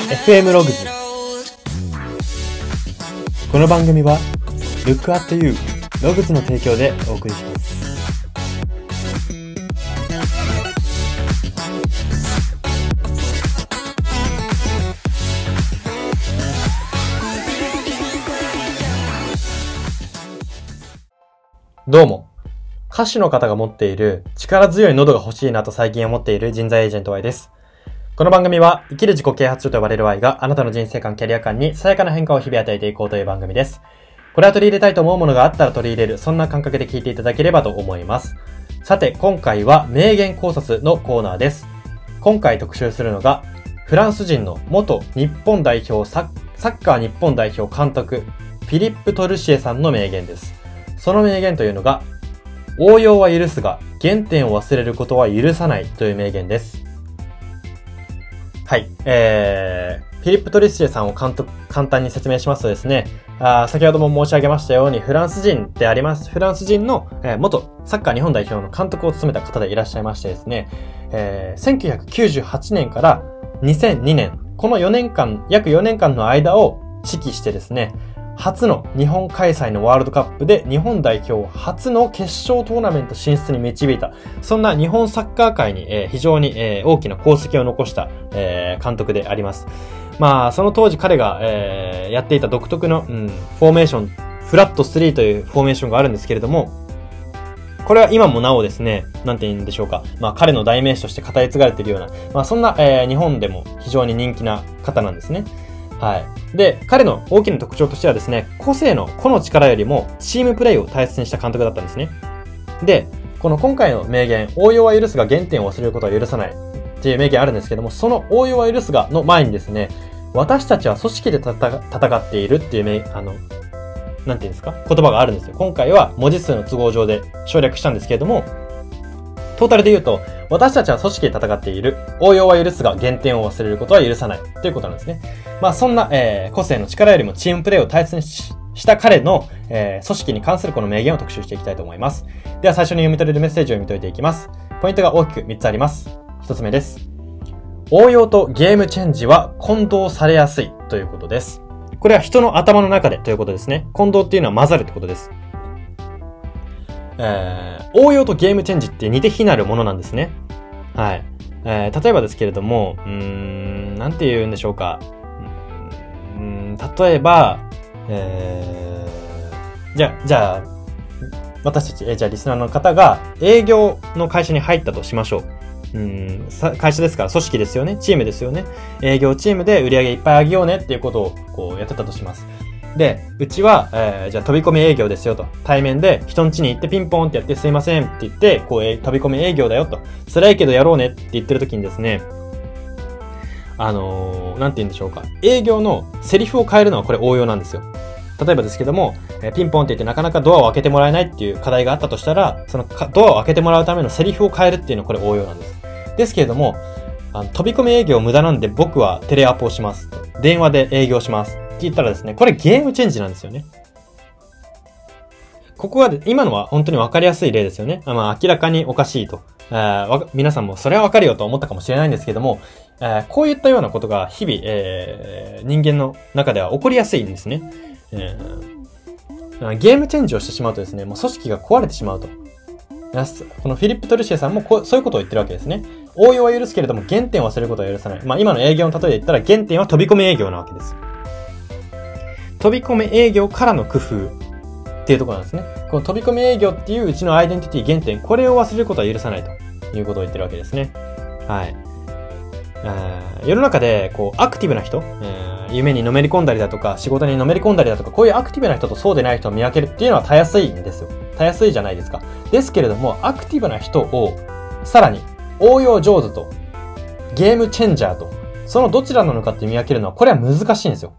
FM ログズ。この番組は Look at You ログズの提供でお送りします。どうも、歌手の方が持っている力強い喉が欲しいなと最近思っている人材エージェント Y です。この番組は生きる自己啓発書と呼ばれる Y があなたの人生観、キャリア観にさやかな変化を日々与えていこうという番組です。これは取り入れたいと思うものがあったら取り入れる、そんな感覚で聞いていただければと思います。さて、今回は名言考察のコーナーです。今回特集するのがフランス人の元日本代表サッカー日本代表監督フィリップ・トルシエさんの名言です。その名言というのが、応用は許すが原点を忘れることは許さないという名言です。はい。フィリップ・トルシエさんを簡単に説明しますとですね、先ほども申し上げましたようにフランス人であります。フランス人の、元サッカー日本代表の監督を務めた方でいらっしゃいましてですね、1998年から2002年、この約4年間の間を指揮してですね、初の日本開催のワールドカップで日本代表初の決勝トーナメント進出に導いた、そんな日本サッカー界に、非常に、大きな功績を残した、監督であります。その当時彼が、やっていた独特の、フォーメーション、フラット3というフォーメーションがあるんですけれども、これは今もなおですね、なんて言うんでしょうか。彼の代名詞として語り継がれているような、そんな、日本でも非常に人気な方なんですね。はい。で、彼の大きな特徴としてはですね、個の力よりもチームプレイを大切にした監督だったんですね。で、この今回の名言、応用は許すが原点を忘れることは許さないっていう名言あるんですけども、その応用は許すがの前にですね、私たちは組織で戦っているっていうなんていうんですか、言葉があるんですよ。今回は文字数の都合上で省略したんですけれども、トータルで言うと、私たちは組織で戦っている。応用は許すが原点を忘れることは許さない。ということなんですね。そんな、個性の力よりもチームプレーを大切にした彼の、組織に関するこの名言を特集していきたいと思います。では最初に読み取れるメッセージを読み解いていきます。ポイントが大きく3つあります。1つ目です。応用とゲームチェンジは混同されやすいということです。これは人の頭の中でということですね。混同っていうのは混ざるってことです。応用とゲームチェンジって似て非なるものなんですね。はい。例えばですけれども、なんて言うんでしょうか。例えば、じゃあ、私たち、じゃあリスナーの方が営業の会社に入ったとしましょう。会社ですから組織ですよね。チームですよね。営業チームで売り上げいっぱい上げようねっていうことをこうやってたとします。で、うちは、じゃあ飛び込み営業ですよと。対面で人ん家に行ってピンポンってやってすいませんって言って、こう、飛び込み営業だよと。辛いけどやろうねって言ってる時にですね、なんて言うんでしょうか。営業のセリフを変えるのはこれ応用なんですよ。例えばですけども、ピンポンって言ってなかなかドアを開けてもらえないっていう課題があったとしたら、そのドアを開けてもらうためのセリフを変えるっていうのはこれ応用なんです。ですけれども、飛び込み営業無駄なんで僕はテレアポをします。電話で営業します。って言ったらですね、これゲームチェンジなんですよね。ここは、今のは本当に分かりやすい例ですよね。明らかにおかしいと。皆さんもそれは分かるよと思ったかもしれないんですけども、こういったようなことが日々、人間の中では起こりやすいんですね。ゲームチェンジをしてしまうとですね、もう組織が壊れてしまうと。このフィリップ・トルシエさんもそういうことを言ってるわけですね。応用は許すけれども原点を忘れることは許さない。今の営業の例えで言ったら原点は飛び込み営業なわけです。飛び込み営業からの工夫っていうところなんですね。この飛び込み営業っていううちのアイデンティティ原点、これを忘れることは許さないということを言ってるわけですね。はい。世の中でこうアクティブな人、夢にのめり込んだりだとか仕事にのめり込んだりだとか、こういうアクティブな人とそうでない人を見分けるっていうのはたやすいんですよ。たやすいじゃないですか。ですけれども、アクティブな人をさらに応用上手とゲームチェンジャーと、そのどちらなのかって見分けるのはこれは難しいんですよ。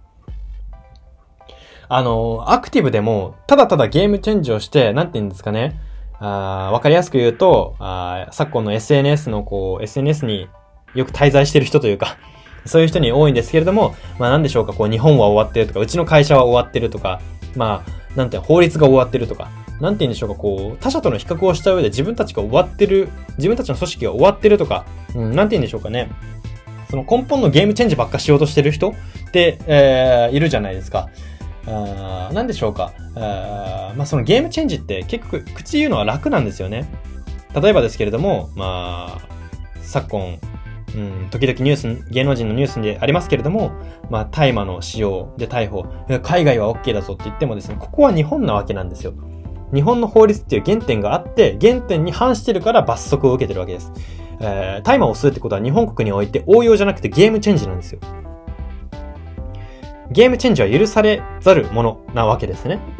アクティブでもただただゲームチェンジをして、なんて言うんですかね、わかりやすく言うと、昨今の SNS によく滞在してる人というか、そういう人に多いんですけれども、なんでしょうか、日本は終わってるとか、うちの会社は終わってるとか、法律が終わってるとか、なんて言うんでしょうか、他者との比較をした上で自分たちの組織が終わってるとか、なんて言うんでしょうかね。 その根本のゲームチェンジばっかしようとしてる人って、いるじゃないですか。なんでしょうか。そのゲームチェンジって結局口言うのは楽なんですよね。例えばですけれども、昨今、時々芸能人のニュースでありますけれども、大麻の使用で逮捕、海外は OK だぞって言ってもですね、ここは日本なわけなんですよ。日本の法律っていう原点があって、原点に反してるから罰則を受けてるわけです。大麻を吸うってことは日本国において応用じゃなくてゲームチェンジなんですよ。ゲームチェンジは許されざるものなわけですね。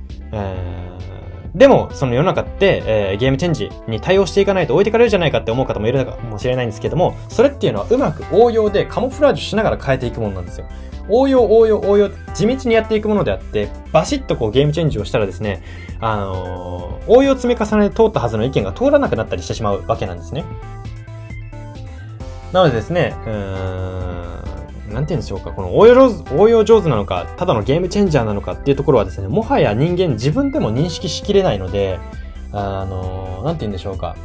でも、その世の中って、ゲームチェンジに対応していかないと置いてかれるじゃないかって思う方もいるかもしれないんですけども、それっていうのはうまく応用でカモフラージュしながら変えていくものなんですよ。応用、地道にやっていくものであって、バシッとこうゲームチェンジをしたらですね、応用積み重ねで通ったはずの意見が通らなくなったりしてしまうわけなんですね。なのでですね、なんて言うんでしょうか、この応用上手なのか、ただのゲームチェンジャーなのかっていうところはですね、もはや人間自分でも認識しきれないので、なんて言うんでしょうか、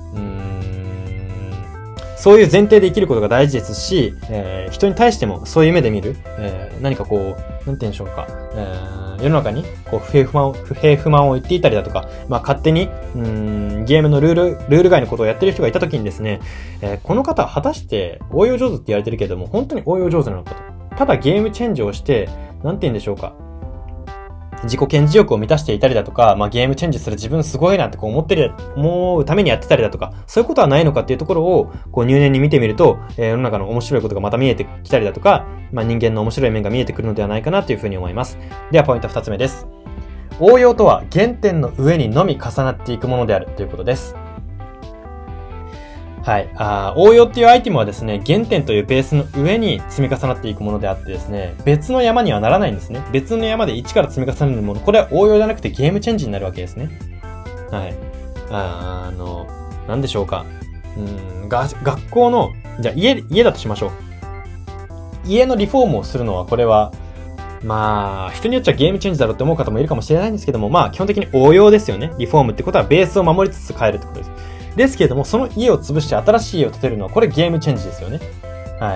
そういう前提で生きることが大事ですし、人に対してもそういう目で見る、何かこう、なんて言うんでしょうか、世の中にこう不平不満を言っていたりだとか、勝手にゲームのルール外のことをやってる人がいたときにですね、この方は果たして応用上手って言われてるけれども、本当に応用上手なのかと。ただゲームチェンジをして、なんて言うんでしょうか、自己顕示欲を満たしていたりだとか、ゲームチェンジする自分すごいなってこう思うためにやってたりだとか、そういうことはないのかっていうところをこう入念に見てみると、世の中の面白いことがまた見えてきたりだとか、人間の面白い面が見えてくるのではないかなというふうに思います。ではポイント2つ目です。応用とは原点の上にのみ重なっていくものであるということです。はい。応用っていうアイテムはですね、原点というベースの上に積み重なっていくものであってですね、別の山にはならないんですね。別の山で一から積み重ねるもの。これは応用じゃなくてゲームチェンジになるわけですね。はい。なんでしょうか。学校の、じゃあ家だとしましょう。家のリフォームをするのは、これは、人によっちゃゲームチェンジだろうって思う方もいるかもしれないんですけども、基本的に応用ですよね。リフォームってことはベースを守りつつ変えるってことです。ですけれども、その家を潰して新しい家を建てるのは、これゲームチェンジですよね。はい。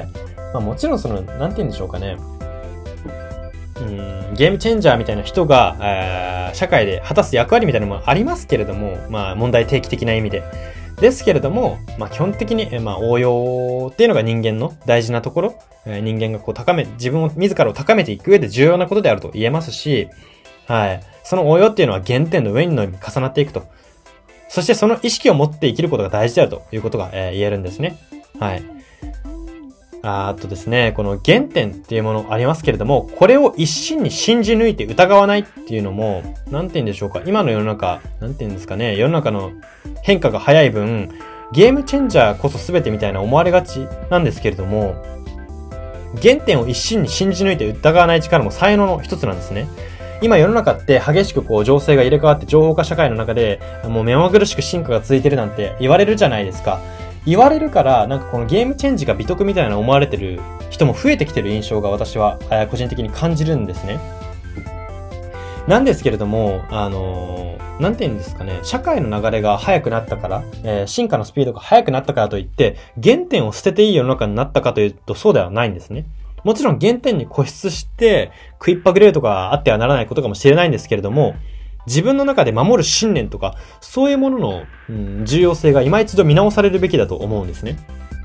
もちろんなんて言うんでしょうかね。ゲームチェンジャーみたいな人が、社会で果たす役割みたいなのもありますけれども、問題提起的な意味で。ですけれども、基本的に、応用っていうのが人間の大事なところ、人間がこう自らを高めていく上で重要なことであると言えますし、はい。その応用っていうのは原点の上に重なっていくと。そしてその意識を持って生きることが大事であるということが、言えるんですね。はい。あとですね、この原点っていうものありますけれども、これを一身に信じ抜いて疑わないっていうのも、なんて言うんでしょうか。今の世の中、なんて言うんですかね、世の中の変化が早い分、ゲームチェンジャーこそ全てみたいな思われがちなんですけれども、原点を一身に信じ抜いて疑わない力も才能の一つなんですね。今世の中って激しくこう情勢が入れ替わって情報化社会の中でもう目まぐるしく進化が続いてるなんて言われるじゃないですか。言われるから、このゲームチェンジが美徳みたいな思われてる人も増えてきてる印象が私は個人的に感じるんですね。なんですけれども、なんて言うんですかね、社会の流れが速くなったから、進化のスピードが速くなったからといって、原点を捨てていい世の中になったかというとそうではないんですね。もちろん原点に固執して食いっぱぐれるとかあってはならないことかもしれないんですけれども、自分の中で守る信念とかそういうものの、重要性が今一度見直されるべきだと思うんですね。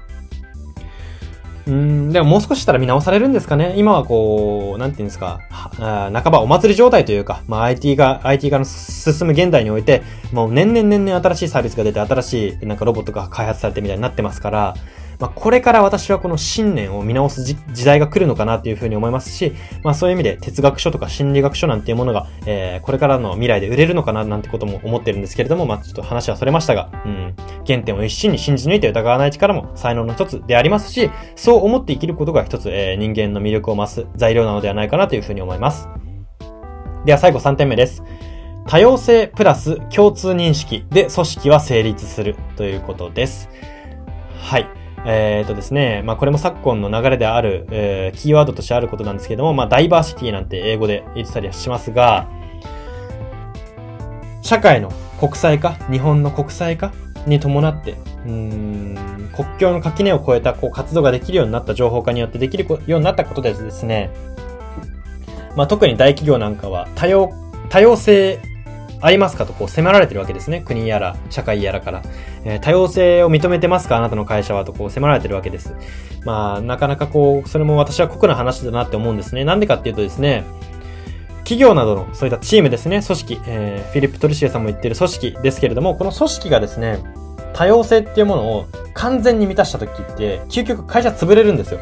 でももう少ししたら見直されるんですかね。今はこう、なんていうんですか、半ばお祭り状態というか、IT が進む現代において、もう年々新しいサービスが出て、新しいロボットが開発されてみたいになってますから、これから私はこの信念を見直す時代が来るのかなというふうに思いますし、そういう意味で哲学書とか心理学書なんていうものが、これからの未来で売れるのかななんてことも思ってるんですけれども、ちょっと話はそれましたが、原点を一心に信じ抜いて疑わない力も才能の一つでありますし、そう思って生きることが一つ、人間の魅力を増す材料なのではないかなというふうに思います。では最後3点目です。多様性プラス共通認識で組織は成立するということです。はい。ですね、これも昨今の流れである、キーワードとしてあることなんですけども、ダイバーシティなんて英語で言ってたりしますが、社会の国際化、日本の国際化、 に伴って、国境の垣根を越えた活動ができるようになった、情報化によってできるようになったことでですね、特に大企業なんかは多様性ありますかと迫られてるわけですね。国やら社会やらから、多様性を認めてますかあなたの会社はと迫られてるわけです。なかなかそれも私は酷な話だなって思うんですね。なんでかっていうとですね、企業などのそういったチームですね、組織、フィリップ・トリシエさんも言ってる組織ですけれども、この組織がですね、多様性っていうものを完全に満たした時って、究極会社潰れるんですよ。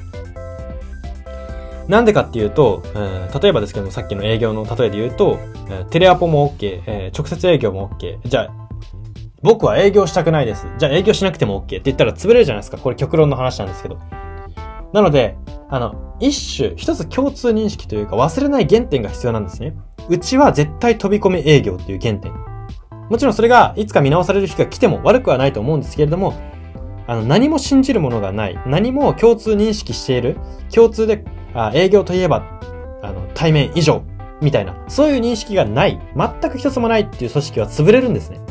なんでかっていうと、例えばですけども、さっきの営業の例えで言うと、テレアポも OK、直接営業も OK。じゃあ、僕は営業したくないです。じゃあ営業しなくても OK って言ったら潰れるじゃないですか。これ極論の話なんですけど。なので、一つ共通認識というか忘れない原点が必要なんですね。うちは絶対飛び込み営業っていう原点。もちろんそれがいつか見直される日が来ても悪くはないと思うんですけれども、何も信じるものがない、何も共通認識している、共通で、営業といえば、対面以上、みたいな、そういう認識がない、全く一つもないっていう組織は潰れるんですね。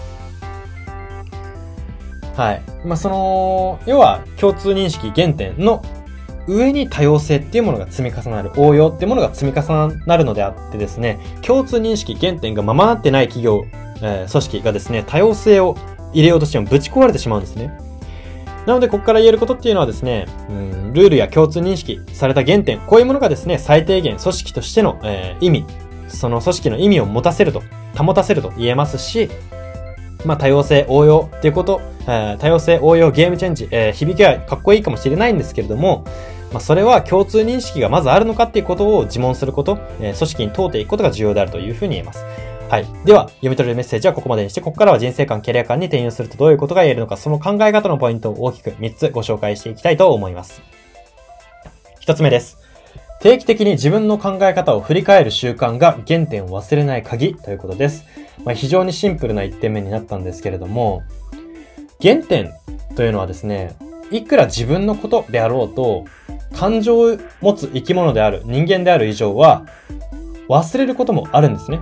はい。要は共通認識原点の上に多様性っていうものが積み重なる、応用っていうものが積み重なるのであってですね、共通認識原点がままなってない企業、組織がですね、多様性を入れようとしてもぶち壊れてしまうんですね。なので、ここから言えることっていうのはですね、ルールや共通認識された原点、こういうものがですね、最低限組織としての、意味、その組織の意味を保たせると言えますし、多様性、応用っていうこと、多様性、応用、ゲームチェンジ、響きはかっこいいかもしれないんですけれども、それは共通認識がまずあるのかっていうことを自問すること、組織に問うていくことが重要であるというふうに言えます。はい。では、読み取れるメッセージはここまでにして、ここからは人生観、キャリア観に転用するとどういうことが言えるのか、その考え方のポイントを大きく3つご紹介していきたいと思います。1つ目です。定期的に自分の考え方を振り返る習慣が原点を忘れない鍵ということです。非常にシンプルな1点目になったんですけれども、原点というのはですね、いくら自分のことであろうと、感情を持つ生き物である、人間である以上は、忘れることもあるんですね。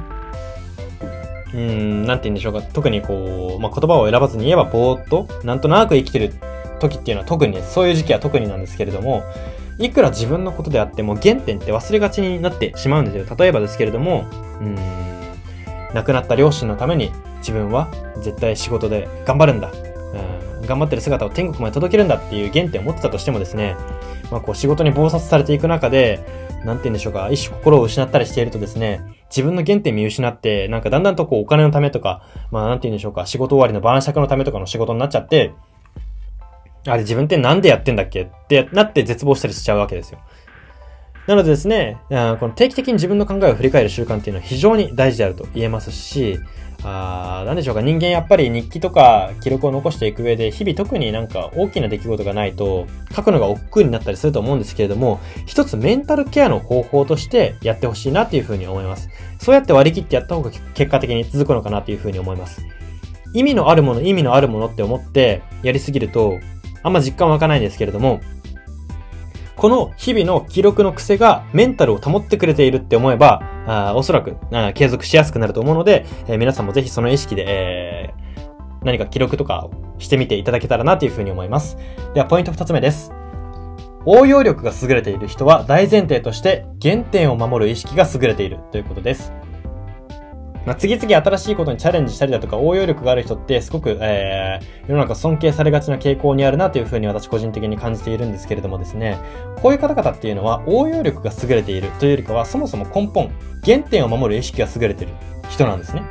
なんて言うんでしょうか。特に言葉を選ばずに言えばぼーっと、なんとなく生きてる時っていうのは特に、そういう時期は特になんですけれども、いくら自分のことであっても原点って忘れがちになってしまうんですよ。例えばですけれども、亡くなった両親のために自分は絶対仕事で頑張るんだ。頑張ってる姿を天国まで届けるんだっていう原点を持ってたとしてもですね、仕事に忙殺されていく中で、なんて言うんでしょうか、一種心を失ったりしているとですね、自分の原点見失って、だんだんとお金のためとか、なんて言うんでしょうか、仕事終わりの晩酌のためとかの仕事になっちゃって、あれ自分ってなんでやってんだっけってなって絶望したりしちゃうわけですよ。なのでですね、この定期的に自分の考えを振り返る習慣っていうのは非常に大事であると言えますし、なんでしょうか、人間やっぱり日記とか記録を残していく上で、日々特に大きな出来事がないと、書くのが億劫になったりすると思うんですけれども、一つメンタルケアの方法としてやってほしいなっていうふうに思います。そうやって割り切ってやった方が結果的に続くのかなというふうに思います。意味のあるものって思ってやりすぎると、あんま実感湧かないんですけれども、この日々の記録の癖がメンタルを保ってくれているって思えば、おそらく継続しやすくなると思うので、皆さんもぜひその意識で、何か記録とかしてみていただけたらなというふうに思います。ではポイント2つ目です。応用力が優れている人は大前提として原点を守る意識が優れているということです。次々新しいことにチャレンジしたりだとか応用力がある人ってすごく、世の中尊敬されがちな傾向にあるなというふうに私個人的に感じているんですけれどもですね、こういう方々っていうのは応用力が優れているというよりかはそもそも根本、原点を守る意識が優れている人なんですね。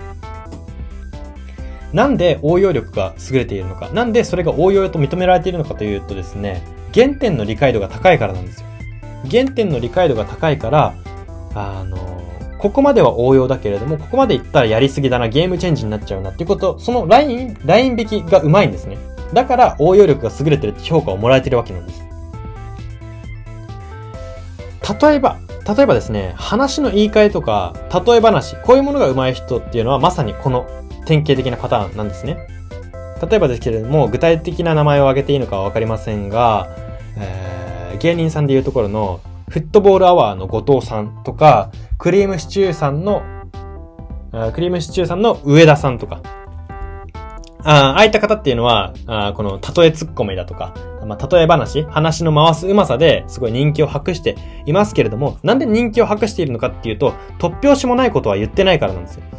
なんで応用力が優れているのか、なんでそれが応用と認められているのかというとですね、原点の理解度が高いからなんですよ。原点の理解度が高いから、ここまでは応用だけれども、ここまでいったらやりすぎだな、ゲームチェンジになっちゃうなっていうこと、そのライン引きがうまいんですね。だから応用力が優れてるって評価をもらえてるわけなんです。例えばですね、話の言い換えとか、例え話、こういうものが上手い人っていうのはまさにこの典型的なパターンなんですね。例えばですけれども、具体的な名前を挙げていいのかはわかりませんが、芸人さんでいうところのフットボールアワーの後藤さんとか、クリームシチューさんの上田さんとか、 ああいった方っていうのは、この例えツッコミだとか、例え話の回すうまさですごい人気を博していますけれども、なんで人気を博しているのかっていうと、突拍子もないことは言ってないからなんですよ。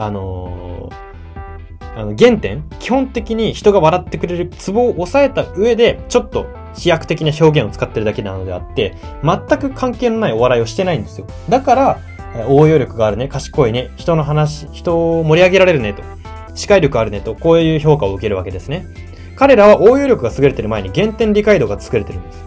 原点、基本的に人が笑ってくれるツボを抑えた上で、ちょっと飛躍的な表現を使ってるだけなのであって、全く関係のないお笑いをしてないんですよ。だから、応用力があるね、賢いね、人を盛り上げられるねと、視界力あるねと、こういう評価を受けるわけですね。彼らは応用力が優れてる前に原点理解度が優れてるんです。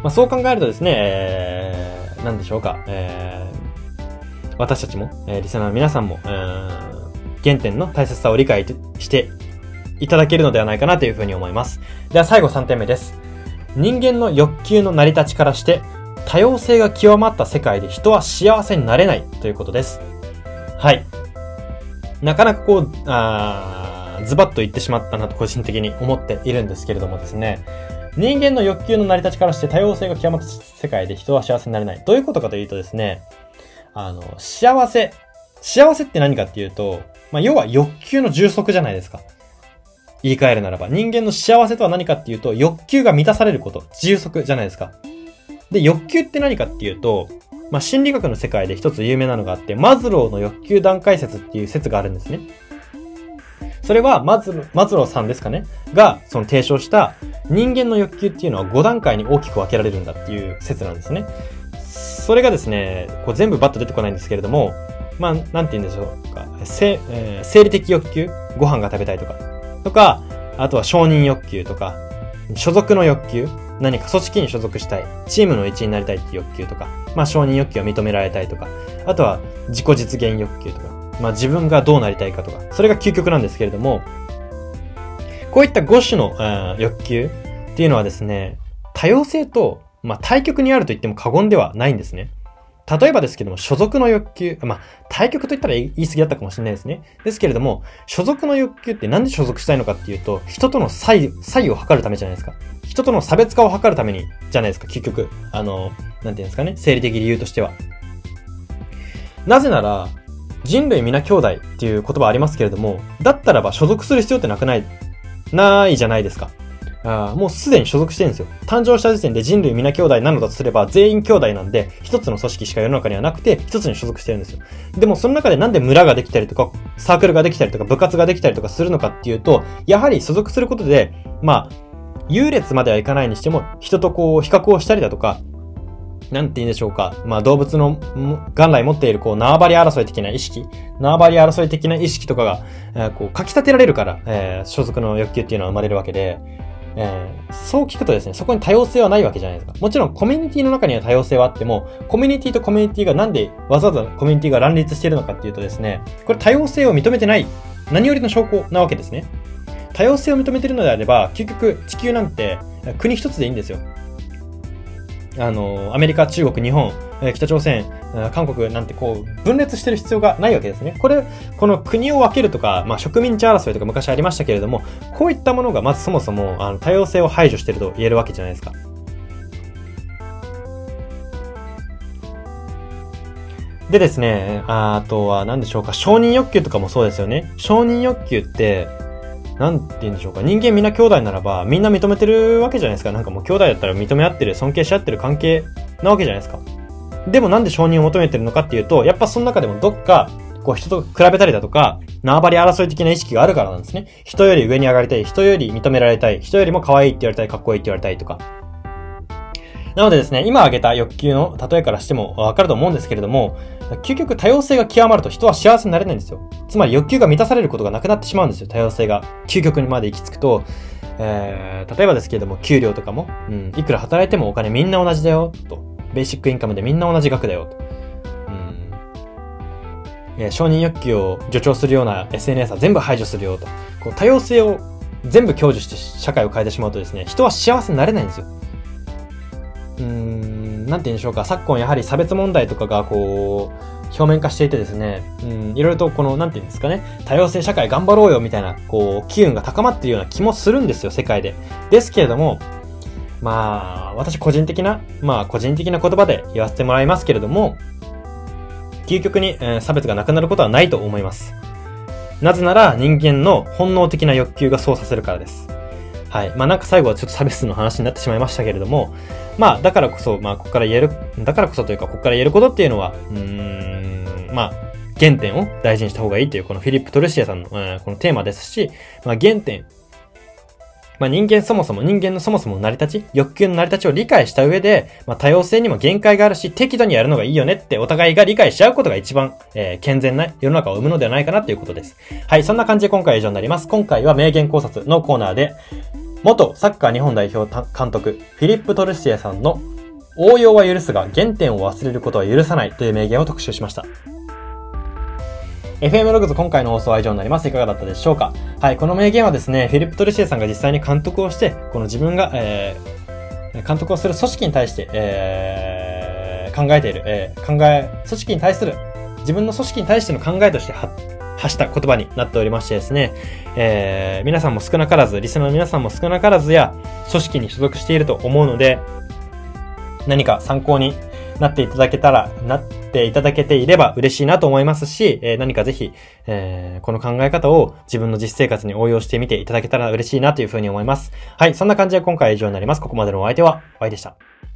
そう考えるとですね、何でしょうか、私たちも、リスナーの皆さんも、原点の大切さを理解していただけるのではないかなというふうに思います。では最後3点目です。人間の欲求の成り立ちからして、多様性が極まった世界で人は幸せになれないということです。はい。なかなかこう、ズバッと言ってしまったなと個人的に思っているんですけれどもですね。人間の欲求の成り立ちからして多様性が極まった世界で人は幸せになれない。どういうことかというとですね、幸せって何かっていうと、要は欲求の充足じゃないですか。言い換えるならば。人間の幸せとは何かっていうと、欲求が満たされること。充足じゃないですか。で、欲求って何かっていうと、心理学の世界で一つ有名なのがあって、マズローの欲求段階説っていう説があるんですね。それはマズローさんですかねが、提唱した人間の欲求っていうのは5段階に大きく分けられるんだっていう説なんですね。それがですね、全部バッと出てこないんですけれども、なんて言うんでしょうか。生理的欲求、ご飯が食べたいとか、あとは承認欲求とか、所属の欲求、何か組織に所属したい、チームの一員になりたいっていう欲求とか、承認欲求を認められたいとか、あとは自己実現欲求とか、自分がどうなりたいかとか、それが究極なんですけれども、こういった5種の欲求っていうのはですね、多様性と、対極にあると言っても過言ではないんですね。例えばですけども、所属の欲求、対極と言ったら言い過ぎだったかもしれないですね。ですけれども、所属の欲求ってなんで所属したいのかっていうと、人との差異を測るためじゃないですか。人との差別化を図るためにじゃないですか、究極。なんていうんですかね、生理的理由としては。なぜなら、人類皆兄弟っていう言葉ありますけれども、だったらば所属する必要ってないじゃないですか。もうすでに所属してるんですよ。誕生した時点で人類皆兄弟なのだとすれば、全員兄弟なんで、一つの組織しか世の中にはなくて、一つに所属してるんですよ。でもその中でなんで村ができたりとか、サークルができたりとか、部活ができたりとかするのかっていうと、やはり所属することで、優劣まではいかないにしても、人と比較をしたりだとか、なんて言うんでしょうか。動物の元来持っている縄張り争い的な意識とかが、かき立てられるから、所属の欲求っていうのは生まれるわけで、そう聞くとですね、そこに多様性はないわけじゃないですか。もちろんコミュニティの中には多様性はあっても、コミュニティとコミュニティがなんでわざわざコミュニティが乱立しているのかっていうとですね、これ多様性を認めてない、何よりの証拠なわけですね。多様性を認めているのであれば、究極地球なんて国一つでいいんですよ。アメリカ、中国、日本、北朝鮮、韓国なんて分裂してる必要がないわけですね。この国を分けるとか、植民地争いとか昔ありましたけれども、こういったものがまずそもそも多様性を排除していると言えるわけじゃないですか。でですね、あとは何でしょうか、承認欲求とかもそうですよね。承認欲求って、なんて言うんでしょうか。人間みんな兄弟ならば、みんな認めてるわけじゃないですか。なんかもう兄弟だったら認め合ってる、尊敬し合ってる関係なわけじゃないですか。でもなんで承認を求めてるのかっていうと、やっぱその中でもどっか、人と比べたりだとか、縄張り争い的な意識があるからなんですね。人より上に上がりたい、人より認められたい、人よりも可愛いって言われたい、かっこいいって言われたいとか。なのでですね、今挙げた欲求の例えからしてもわかると思うんですけれども、究極多様性が極まると人は幸せになれないんですよ。つまり欲求が満たされることがなくなってしまうんですよ。多様性が究極にまで行き着くと、例えばですけれども、給料とかも、いくら働いてもお金みんな同じだよ、と。ベーシックインカムでみんな同じ額だよ、と。承認欲求を助長するような SNS は全部排除するよ、と。多様性を全部享受して社会を変えてしまうとですね、人は幸せになれないんですよ。なんて言うんでしょうか、昨今やはり差別問題とかが表面化していてですね、いろいろとなんて言うんですかね、多様性社会頑張ろうよみたいな、機運が高まっているような気もするんですよ、世界で。ですけれども、私個人的な言葉で言わせてもらいますけれども、究極に、差別がなくなることはないと思います。 なぜなら人間の本能的な欲求がそうさせるからです。はい。なんか最後はちょっと差別の話になってしまいましたけれども、だからこそ、ここから言える、だからこそというか、ここから言えることっていうのは、原点を大事にした方がいいという、このフィリップ・トルシエさんの、このテーマですし、原点、人間のそもそもの成り立ち、欲求の成り立ちを理解した上で、多様性にも限界があるし、適度にやるのがいいよねってお互いが理解し合うことが一番、健全な世の中を生むのではないかなということです。はい、そんな感じで今回は以上になります。今回は名言考察のコーナーで、元サッカー日本代表監督、フィリップ・トルシエさんの応用は許すが原点を忘れることは許さないという名言を特集しました。FM ログズ今回の放送は以上になります。いかがだったでしょうか。はい、この名言はですね、フィリップ・トルシエさんが実際に監督をして、この自分が、監督をする組織に対して、考えている、組織に対する、自分の組織に対しての考えとして発した言葉になっておりましてですね、皆さんも少なからず、リスナーの皆さんも少なからずや、組織に所属していると思うので、何か参考になっていただけていれば嬉しいなと思いますし、何かぜひ、この考え方を自分の実生活に応用してみていただけたら嬉しいなというふうに思います。はい、そんな感じで今回は以上になります。ここまでのお相手は、Yでした。